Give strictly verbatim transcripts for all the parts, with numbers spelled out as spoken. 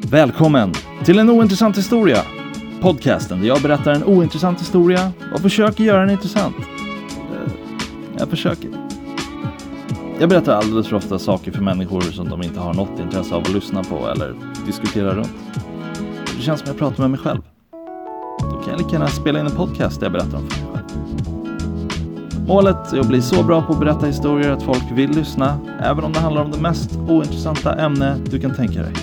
Välkommen till en ointressant historia. Podcasten där jag berättar en ointressant historia och försöker göra den intressant. Jag försöker. Jag berättar alldeles för ofta saker för människor som de inte har något intresse av att lyssna på eller diskutera runt. Det känns som jag pratar med mig själv. Då kan jag lika gärna spela in en podcast där jag berättar om för mig själv. Målet är att bli så bra på att berätta historier att folk vill lyssna, även om det handlar om det mest ointressanta ämne du kan tänka dig.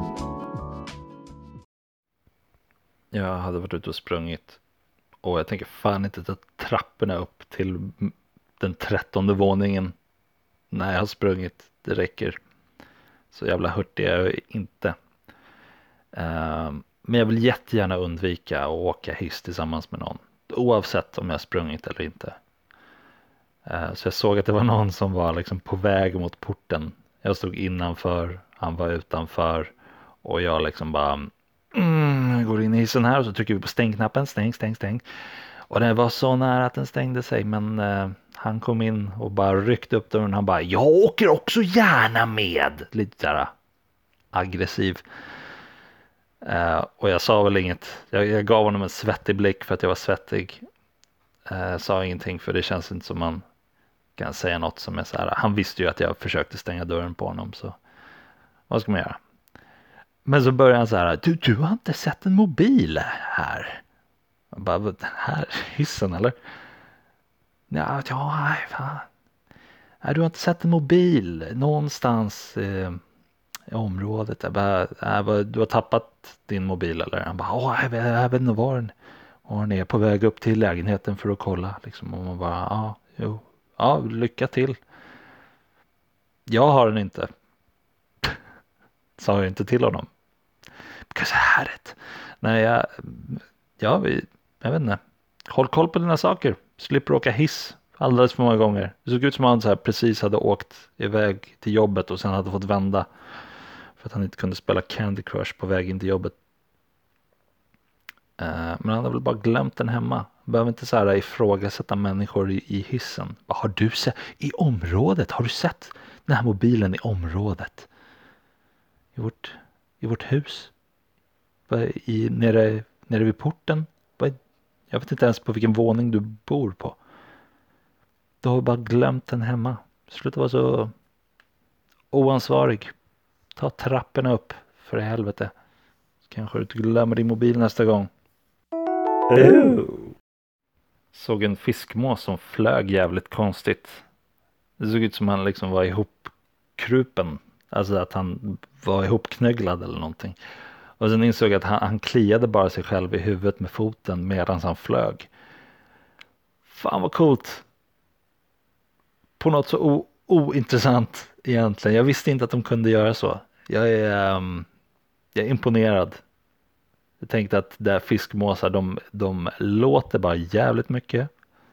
Jag hade varit ute och sprungit och jag tänker fan inte ta trapporna upp till den trettonde våningen när jag har sprungit. Det räcker. Så jävla hurtig är jag inte. Uh, men jag vill jättegärna undvika att åka hiss tillsammans med någon. Oavsett om jag har sprungit eller inte. Uh, så jag såg att det var någon som var liksom på väg mot porten. Jag stod innanför, han var utanför. Och jag liksom bara... Mm, går in i hissen här och så trycker vi på stängknappen. Stäng, stäng, stäng. Och det var så nära att den stängde sig. Men uh, han kom in och bara ryckte upp dörren. Han bara, jag åker också gärna med. Lite där aggressiv. Uh, och jag sa väl inget. Jag, jag gav honom en svettig blick för att jag var svettig. Uh, sa ingenting för det känns inte som man kan säga något som är så här. Han visste ju att jag försökte stänga dörren på honom. Så vad ska man göra? Men så börjar han så här. Du, du har inte sett en mobil här? Jag bara, här hissen eller? Ja, ja, nej, fan. Nej, du har inte sett en mobil någonstans eh, i området. Jag bara, jag bara, du har tappat din mobil eller? Han bara, åh, jag vet, jag vet inte var den, var den är på väg upp till lägenheten för att kolla. Liksom. Och man bara, ja, jo, ja, lycka till. Jag har den inte. Sa jag inte till honom. Because I had it. Nej, jag, ja, vi, jag vet inte. Håll koll på dina saker. Slipper åka hiss alldeles för många gånger. Det såg ut som att han så här precis hade åkt iväg till jobbet och sen hade fått vända. För att han inte kunde spela Candy Crush på väg in till jobbet. Uh, men han hade väl bara glömt den hemma. Behöver inte så här ifrågasätta människor i, i hissen. Vad har du sett? I området? Har du sett den här mobilen i området? I vårt, i vårt hus? I, nere, nere vid porten? Jag vet inte ens på vilken våning du bor på. Du har bara glömt den hemma. Sluta vara så oansvarig. Ta trapporna upp för i helvete. Kanske du inte glömmer din mobil nästa gång. Oh. Såg en fiskmås som flög jävligt konstigt. Det såg ut som han liksom var ihopkrupen. Alltså att han var ihopknögglad eller någonting. Och sen insåg jag att han, han kliade bara sig själv i huvudet med foten medan han flög. Fan vad coolt. På något så o, ointressant egentligen. Jag visste inte att de kunde göra så. Jag är, um, jag är imponerad. Jag tänkte att där fiskmåsar, de, de låter bara jävligt mycket.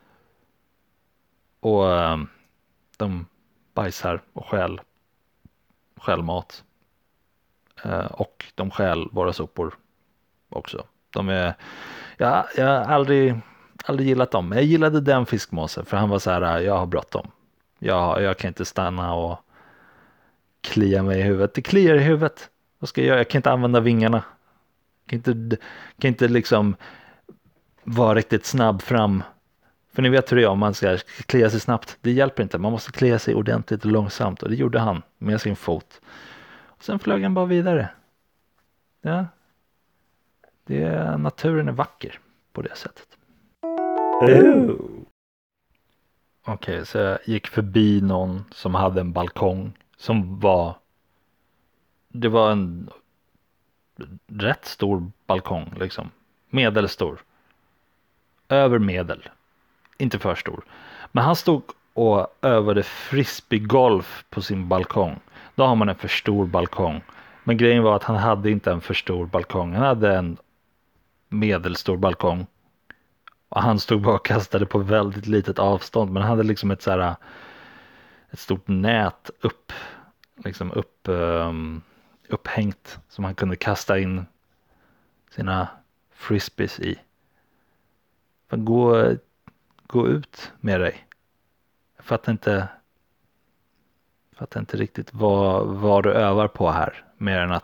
Och um, de bajsar och skäl, skäl mat. Uh, och de skäl våra sopor också. De är, jag, jag har aldrig, aldrig gillat dem. Jag gillade den fiskmåsen för han var så här, jag har bråttom. Jag, jag kan inte stanna och klia mig i huvudet. Det kliar i huvudet. Vad ska jag göra? Jag kan inte använda vingarna. Jag kan inte, kan inte liksom vara riktigt snabb fram. För ni vet hur det är om man ska klia sig snabbt. Det hjälper inte. Man måste klia sig ordentligt och långsamt. Och det gjorde han med sin fot. Och sen flög han bara vidare. Ja. Det, naturen är vacker på det sättet. Oh. Okej, okay, så jag gick förbi någon som hade en balkong som var, det var en rätt stor balkong liksom, medelstor, över medel, inte för stor. Men han stod och övade frisbeegolf på sin balkong. Då har man en för stor balkong. Men grejen var att han hade inte en för stor balkong, han hade en medelstor balkong. Och han stod bara och kastade på väldigt litet avstånd. Men han hade liksom ett så här, ett stort nät upp, liksom upp, um, upphängt. Som han kunde kasta in sina frisbees i. För gå, gå ut med dig. Jag fattar inte, fattar inte riktigt vad, vad du övar på här. Mer än att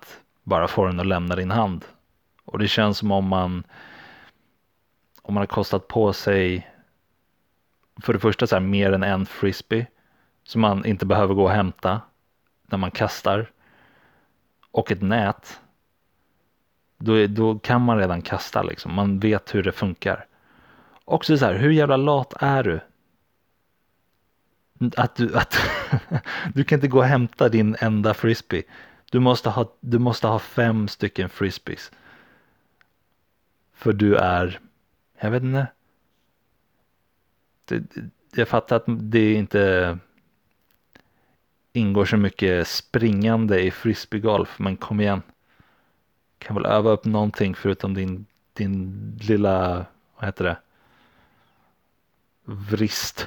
bara få den att lämna din hand. Och det känns som om man om man har kostat på sig för det första så här, mer än en frisbee som man inte behöver gå och hämta när man kastar och ett nät, då, är, då kan man redan kasta liksom. Man vet hur det funkar. Också så här, hur jävla lat är du? Att du, att du kan inte gå och hämta din enda frisbee. Du måste ha, du måste ha fem stycken frisbees. För du är, jag vet inte. Det, jag fattar att det inte ingår så mycket springande i frisbeegolf, men kom igen. Kan väl öva upp någonting förutom din, din lilla, vad heter det? Vrist.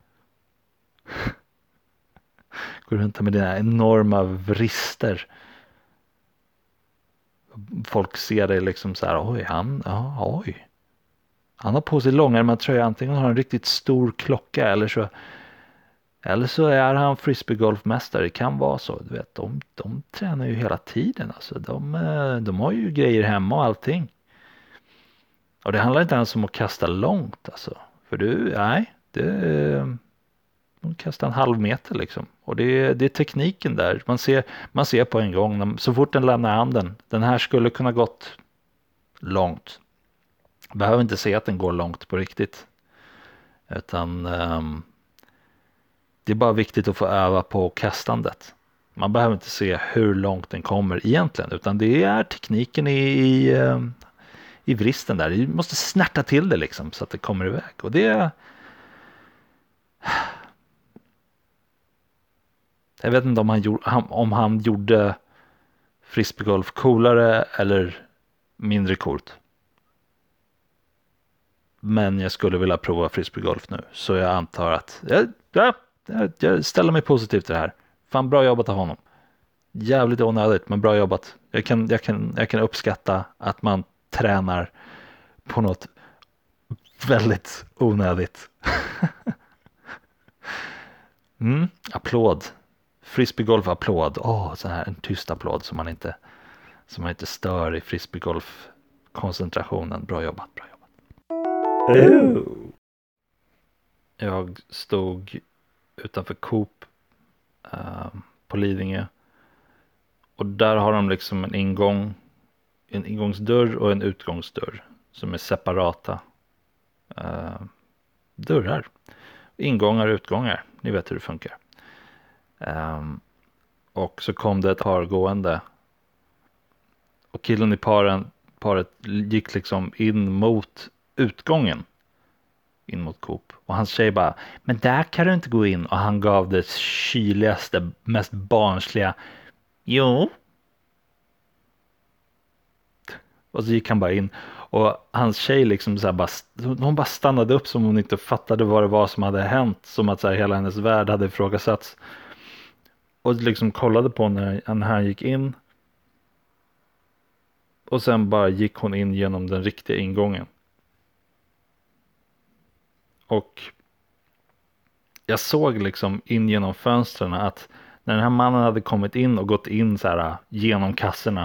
Går runt med dina enorma vrister. Folk ser dig liksom så här, oj, han, ja, oj. Han har på sig långärmad tröja, antingen har han en riktigt stor klocka eller så eller så är han frisbeegolfmästare. Det kan vara så, du vet, de, de tränar ju hela tiden alltså. De, de har ju grejer hemma och allting. Och det handlar inte ens om att kasta långt alltså. För du, nej, det de kastar en halv meter liksom. Och det, det är tekniken där. Man ser, man ser på en gång, så fort den lämnar handen. Den här skulle kunna gått långt. Behöver inte se att den går långt på riktigt. Utan um, det är bara viktigt att få öva på kastandet. Man behöver inte se hur långt den kommer egentligen. Utan det är tekniken i, i, um, i vristen där. Du måste snärta till det liksom så att det kommer iväg. Och det är... Jag vet inte om han, gjorde, om han gjorde frisbeegolf coolare eller mindre coolt. Men jag skulle vilja prova frisbeegolf nu. Så jag antar att jag, ja, jag ställer mig positivt till det här. Fan, bra jobbat av honom. Jävligt onödigt, men bra jobbat. Jag kan, jag kan, jag kan uppskatta att man tränar på något väldigt onödigt. mm, applåd. Frisbeegolf applåd. Åh, oh, så här en tyst applåd som man inte som man inte stör i frisbeegolf koncentrationen. Bra jobbat, bra jobbat. Oh. Jag stod utanför Coop uh, på Lidingö. Och där har de liksom en ingång, en ingångsdörr och en utgångsdörr som är separata uh, dörrar. Ingångar och utgångar. Ni vet hur det funkar. Um, och så kom det ett par gående. Och killen i paren, paret gick liksom in mot utgången. In mot Coop. Och hans tjej bara, men där kan du inte gå in. Och han gav det kyligaste, mest barnsliga. Jo. Och så gick han bara in. Och hans tjej liksom så här bara, hon bara stannade upp som hon inte fattade vad det var som hade hänt. Som att så här, hela hennes värld hade ifrågasatts. Och liksom kollade på när, när han gick in. Och sen bara gick hon in genom den riktiga ingången. Och jag såg liksom in genom fönstren att när den här mannen hade kommit in och gått in så här genom kassorna.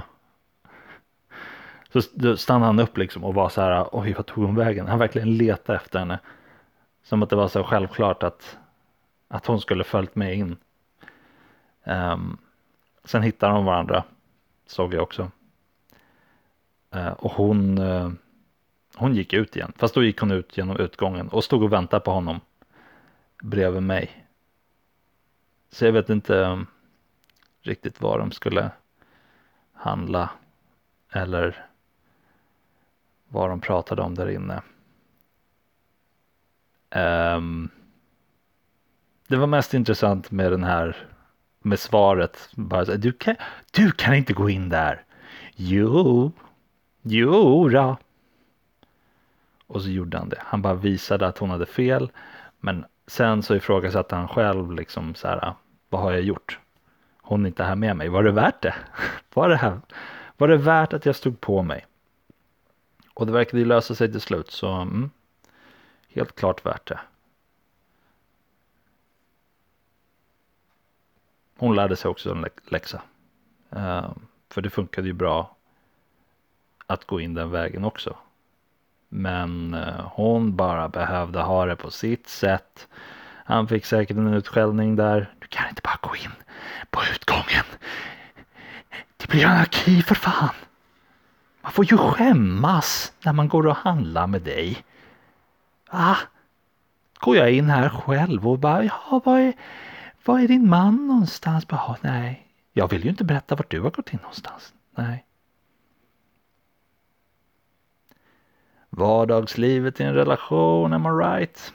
Så stannade han upp liksom och var så här, oj, vad tog hon vägen? Han verkligen letade efter henne. Som att det var så självklart att, att hon skulle följt med in. Um, sen hittade de varandra, såg jag också. Uh, och hon, uh, hon gick ut igen. Fast då gick hon ut genom utgången och stod och väntade på honom bredvid mig. Så jag vet inte um, riktigt vad de skulle handla eller vad de pratade om där inne. Um, det var mest intressant med den här med svaret. Bara så, du, kan, du kan inte gå in där. Jo, jo då. Och så gjorde han det. Han bara visade att hon hade fel. Men sen så ifrågasatte han själv liksom så här, vad har jag gjort? Hon är inte här med mig. Var det värt det? Var det här? Var det värt att jag stod på mig? Och det verkade ju lösa sig till slut. Så mm, helt klart värt det. Hon lärde sig också en lä- läxa. Uh, För det funkade ju bra att gå in den vägen också. Men eh, hon bara behövde ha det på sitt sätt. Han fick säkert en utskällning där. Du kan inte bara gå in på utgången. Det blir anarki för fan. Man får ju skämmas när man går och handlar med dig. Ah, går jag in här själv och bara, ja, vad är, vad är din man någonstans? Bara, nej, jag vill ju inte berätta vart du har gått in någonstans. Nej. Vardagslivet i en relation, am I right?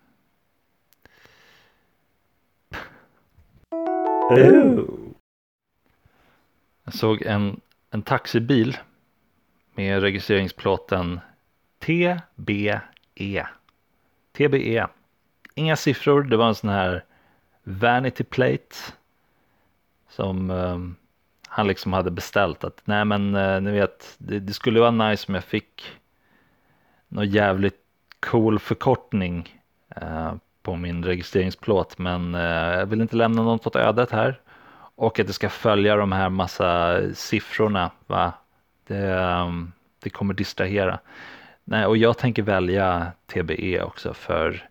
Oh. Jag såg en, en taxibil med registreringsplåten T B E. T B E. Inga siffror, det var en sån här vanity plate som um, han liksom hade beställt. Att nej men uh, ni vet, det, det skulle vara nice om jag fick någon jävligt cool förkortning uh, på min registreringsplåt. Men uh, jag vill inte lämna något åt ödet här. Och att det ska följa de här massa siffrorna, va? Det, um, det kommer distrahera. Nej, och jag tänker välja T B E också för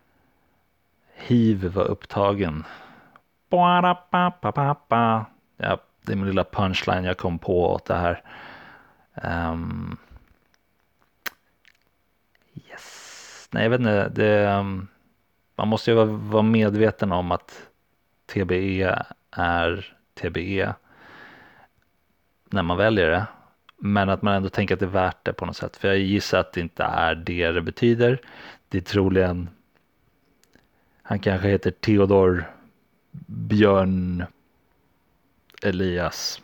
Hiv var upptagen. Ja, det är min lilla punchline jag kom på åt det här. Um, yes. Nej, jag vet inte. Det, um, man måste ju vara, vara medveten om att T B E är T B E när man väljer det. Men att man ändå tänker att det är värt det på något sätt. För jag gissar att det inte är det det betyder. Det är troligen, han kanske heter Theodor Björn Elias.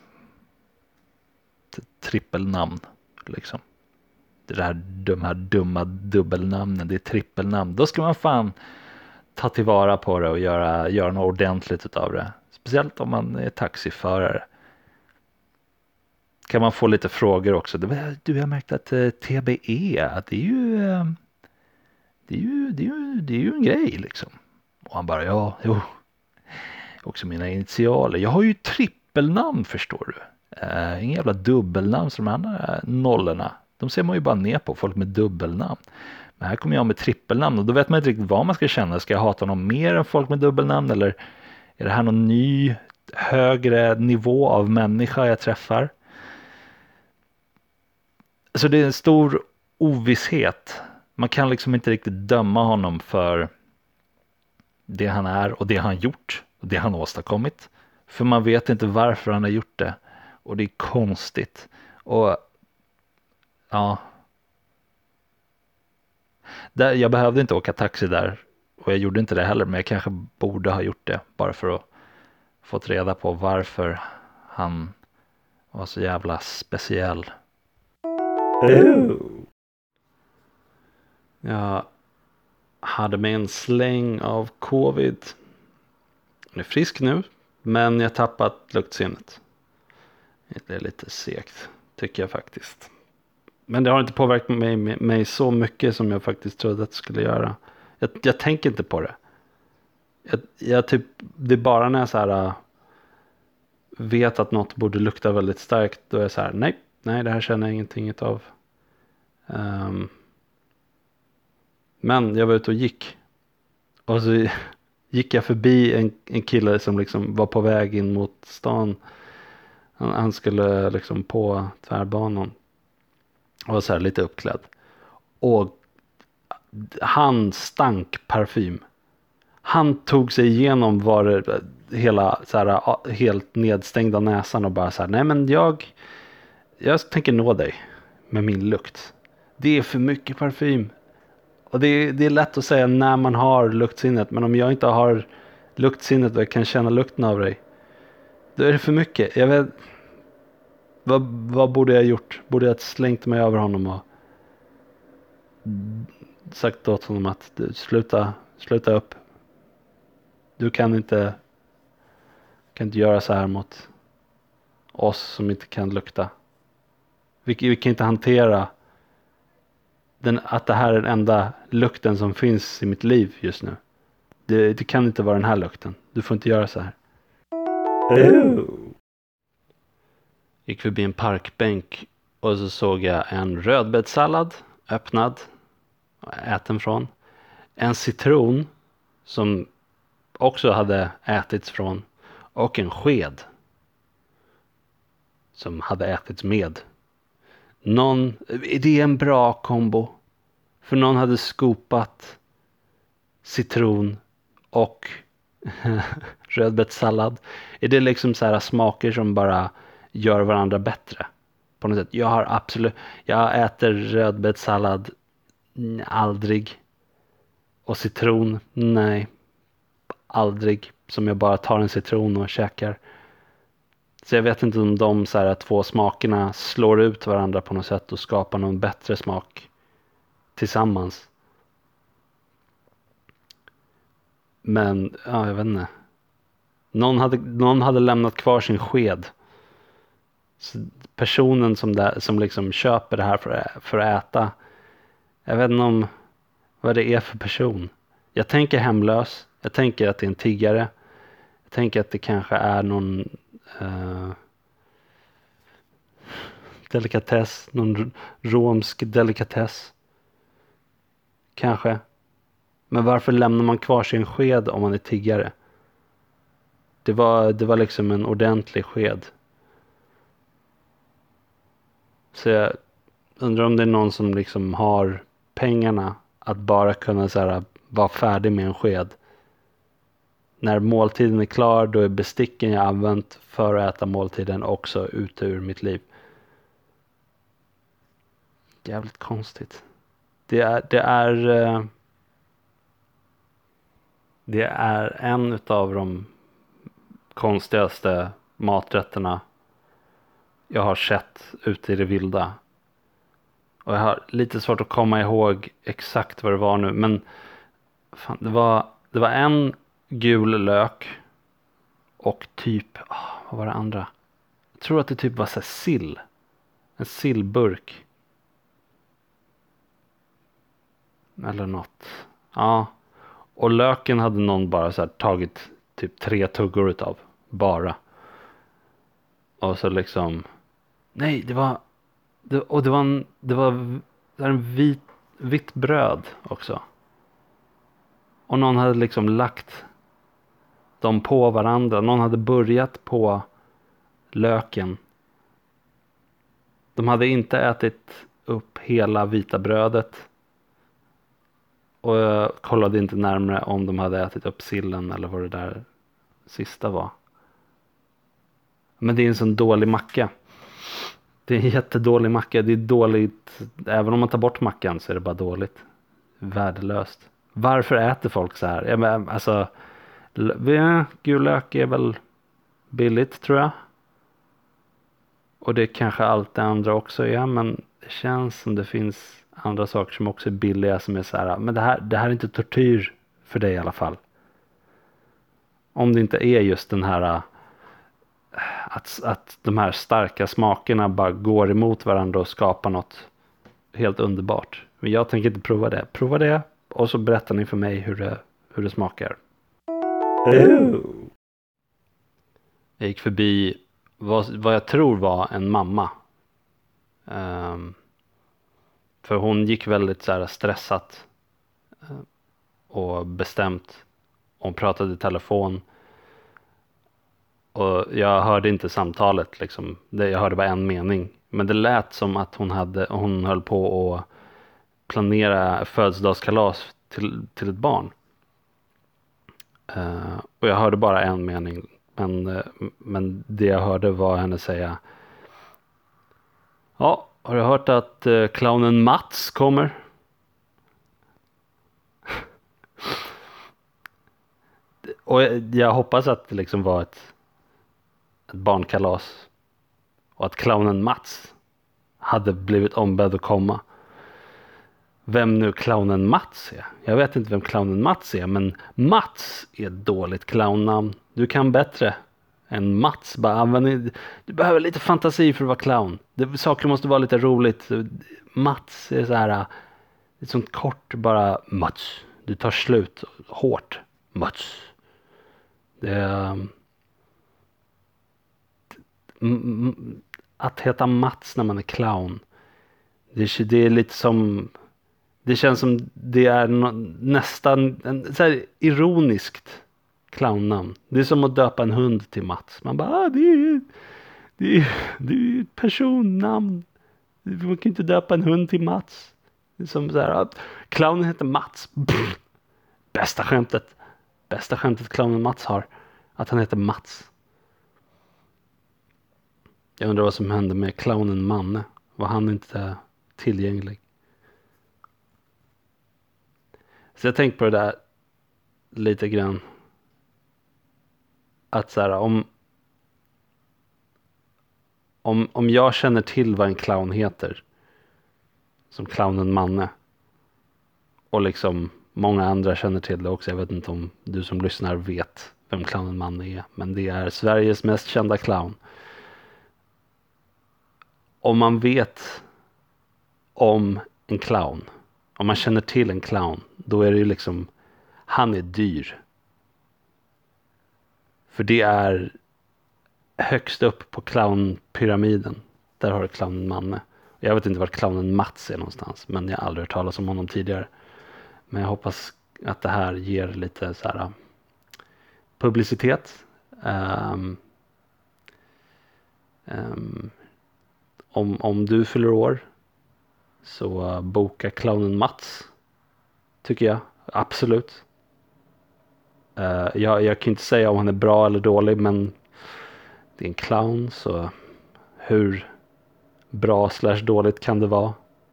Trippelnamn liksom. Det där, de här dumma dubbelnamnen, det är trippelnamn. Då ska man fan ta tillvara på det och göra, göra något ordentligt utav det. Speciellt om man är taxiförare. Kan man få lite frågor också. Du, jag har märkt att uh, T B E, att det är ju, uh, det är ju, det är ju, det är ju en grej liksom. Och han bara, ja, jo. Också mina initialer. Jag har ju trippelnamn, förstår du. Uh, ingen jävla dubbelnamn som de andra nollorna. De ser man ju bara ner på, folk med dubbelnamn. Men här kommer jag med trippelnamn och då vet man inte riktigt vad man ska känna. Ska jag hata någon mer än folk med dubbelnamn? Eller är det här någon ny, högre nivå av människa jag träffar? Så det är en stor ovisshet. Man kan liksom inte riktigt döma honom för det han är och det han gjort och det han åstadkommit. För man vet inte varför han har gjort det. Och det är konstigt. Och ja. Där, jag behövde inte åka taxi där. Och jag gjorde inte det heller. Men jag kanske borde ha gjort det. Bara för att få reda på varför han var så jävla speciell. Oh. Jag hade med en släng av covid. Jag är frisk nu. Men jag har tappat luktsinnet. Det är lite segt, tycker jag faktiskt. Men det har inte påverkat mig, mig så mycket som jag faktiskt trodde att det skulle göra. Jag, jag tänker inte på det. Jag, jag typ, det är bara när jag så här, vet att något borde lukta väldigt starkt. Då är jag så här, nej, nej det här känner jag ingenting av. Um, men jag var ute och gick. Och så gick jag förbi en, en kille som liksom var på väg in mot stan. Han, han skulle liksom på tvärbanan. Och var så här lite uppklädd. Och han stank parfym. Han tog sig igenom var det, hela så här, helt nedstängda näsan och bara så här, nej men jag jag tänker nå dig med min lukt. Det är för mycket parfym. Och det är, det är lätt att säga när man har luktsinnet, men om jag inte har luktsinnet och jag kan känna lukten av dig, då är det för mycket. Jag vet, vad, vad borde jag gjort? Borde jag slängt mig över honom och sagt åt honom att du, sluta, sluta upp. Du kan inte kan inte göra så här mot oss som inte kan lukta. Vi, vi kan inte hantera den, att det här är den enda lukten som finns i mitt liv just nu. Det, det kan inte vara den här lukten. Du får inte göra så här. Oh. Gick förbi en parkbänk och så såg jag en rödbetssallad öppnad, äten från. En citron som också hade ätits från. Och en sked som hade ätits med. Någon, är det en bra kombo? För någon hade skopat citron och rödbetssallad. Är det liksom så här smaker som bara gör varandra bättre? På något sätt. Jag har absolut, jag äter rödbetssallad aldrig. Och citron, nej. Aldrig. Som jag bara tar en citron och käkar. Så jag vet inte om de så här två smakerna slår ut varandra på något sätt och skapar någon bättre smak tillsammans. Men, ja, jag vet inte. Någon hade, någon hade lämnat kvar sin sked. Så personen som, där, som liksom köper det här för, för att äta. Jag vet inte om vad det är för person. Jag tänker hemlös. Jag tänker att det är en tiggare. Jag tänker att det kanske är någon uh, delikatess. Någon romsk delikatess. Kanske. Men varför lämnar man kvar sin sked om man är tiggare? Det var, det var liksom en ordentlig sked. Så jag undrar om det är någon som liksom har pengarna att bara kunna så här, vara färdig med en sked. När måltiden är klar, då är besticken jag använt för att äta måltiden också ute ur mitt liv. Jävligt konstigt. Det är, det är, det är en av de konstigaste maträtterna jag har sett ute i det vilda. Och jag har lite svårt att komma ihåg exakt vad det var nu. Men fan, det var, det var en gul lök. Och typ, oh, vad var det andra? Jag tror att det typ var så här sill. En sillburk. Eller något. Ja. Och löken hade någon bara så här tagit typ tre tuggor utav. Bara. Och så liksom. Nej, det var. Det, och det var en, det var en vit, vitt bröd också. Och någon hade liksom lagt dem på varandra. Någon hade börjat på löken. De hade inte ätit upp hela vita brödet. Och jag kollade inte närmare om de hade ätit upp sillen eller vad det där sista var. Men det är en sån dålig macka. Det är en jättedålig macka. Det är dåligt. Även om man tar bort mackan så är det bara dåligt. Värdelöst. Varför äter folk så här? Ja, men, alltså, gul lök är väl billigt tror jag. Och det kanske allt det andra också är. Men det känns som det finns andra saker som också är billiga. Som är så här. Men det här, det här är inte tortyr för dig i alla fall. Om det inte är just den här. Att, att de här starka smakerna bara går emot varandra och skapar något helt underbart. Men jag tänker inte prova det. Prova det och så berättar ni för mig hur det, hur det smakar. Oh. Jag gick förbi vad, vad jag tror var en mamma. Um, för hon gick väldigt så här stressat uh, och bestämt. Hon pratade i telefon. Och jag hörde inte samtalet liksom. Jag hörde bara en mening. Men det lät som att hon, hade, hon höll på att planera födelsedagskalas till, till ett barn. Uh, och jag hörde bara en mening. Men, uh, men det jag hörde var henne säga. Ja, har du hört att uh, clownen Mats kommer? Och jag, jag hoppas att det liksom var ett ett barnkalas och att clownen Mats hade blivit ombedd att komma. Vem nu clownen Mats är? Jag vet inte vem clownen Mats är, men Mats är ett dåligt clownnamn. Du kan bättre än Mats. Bara använd, du behöver lite fantasi för att vara clown. Det, saker måste vara lite roligt. Mats är så här ett sånt kort bara Mats. Du tar slut hårt. Mats. Det är att heta Mats när man är clown. Det, det är lite som, det känns som det är no, nästan en, så här, ironiskt clownnamn. Det är som att döpa en hund till Mats. Man bara, ah, det är det är, det är ett personnamn. Man kan inte döpa en hund till Mats. Det är som så här, att clownen heter Mats. Pff, bästa skämtet. Bästa skämtet clownen Mats har. Att han heter Mats. Jag undrar vad som hände med clownen Manne. Var han inte tillgänglig? Så jag tänkte på det där lite grann. Att så här, om om om jag känner till vad en clown heter, som clownen Manne, och liksom många andra känner till det också. Jag vet inte om du som lyssnar vet vem clownen Manne är, men det är Sveriges mest kända clown. Om man vet om en clown, om man känner till en clown, då är det ju liksom, han är dyr. För det är högst upp på clownpyramiden. Där har du clownen Manne. Jag vet inte vart clownen Mats är någonstans, men jag har aldrig hört talas om honom tidigare. Men jag hoppas att det här ger lite så här publicitet. Um, um, om, om du fyller år, så boka clownen Mats, tycker jag. Absolut. Uh, jag, jag kan inte säga om han är bra eller dålig, men det är en clown, så hur bra slash dåligt kan det vara?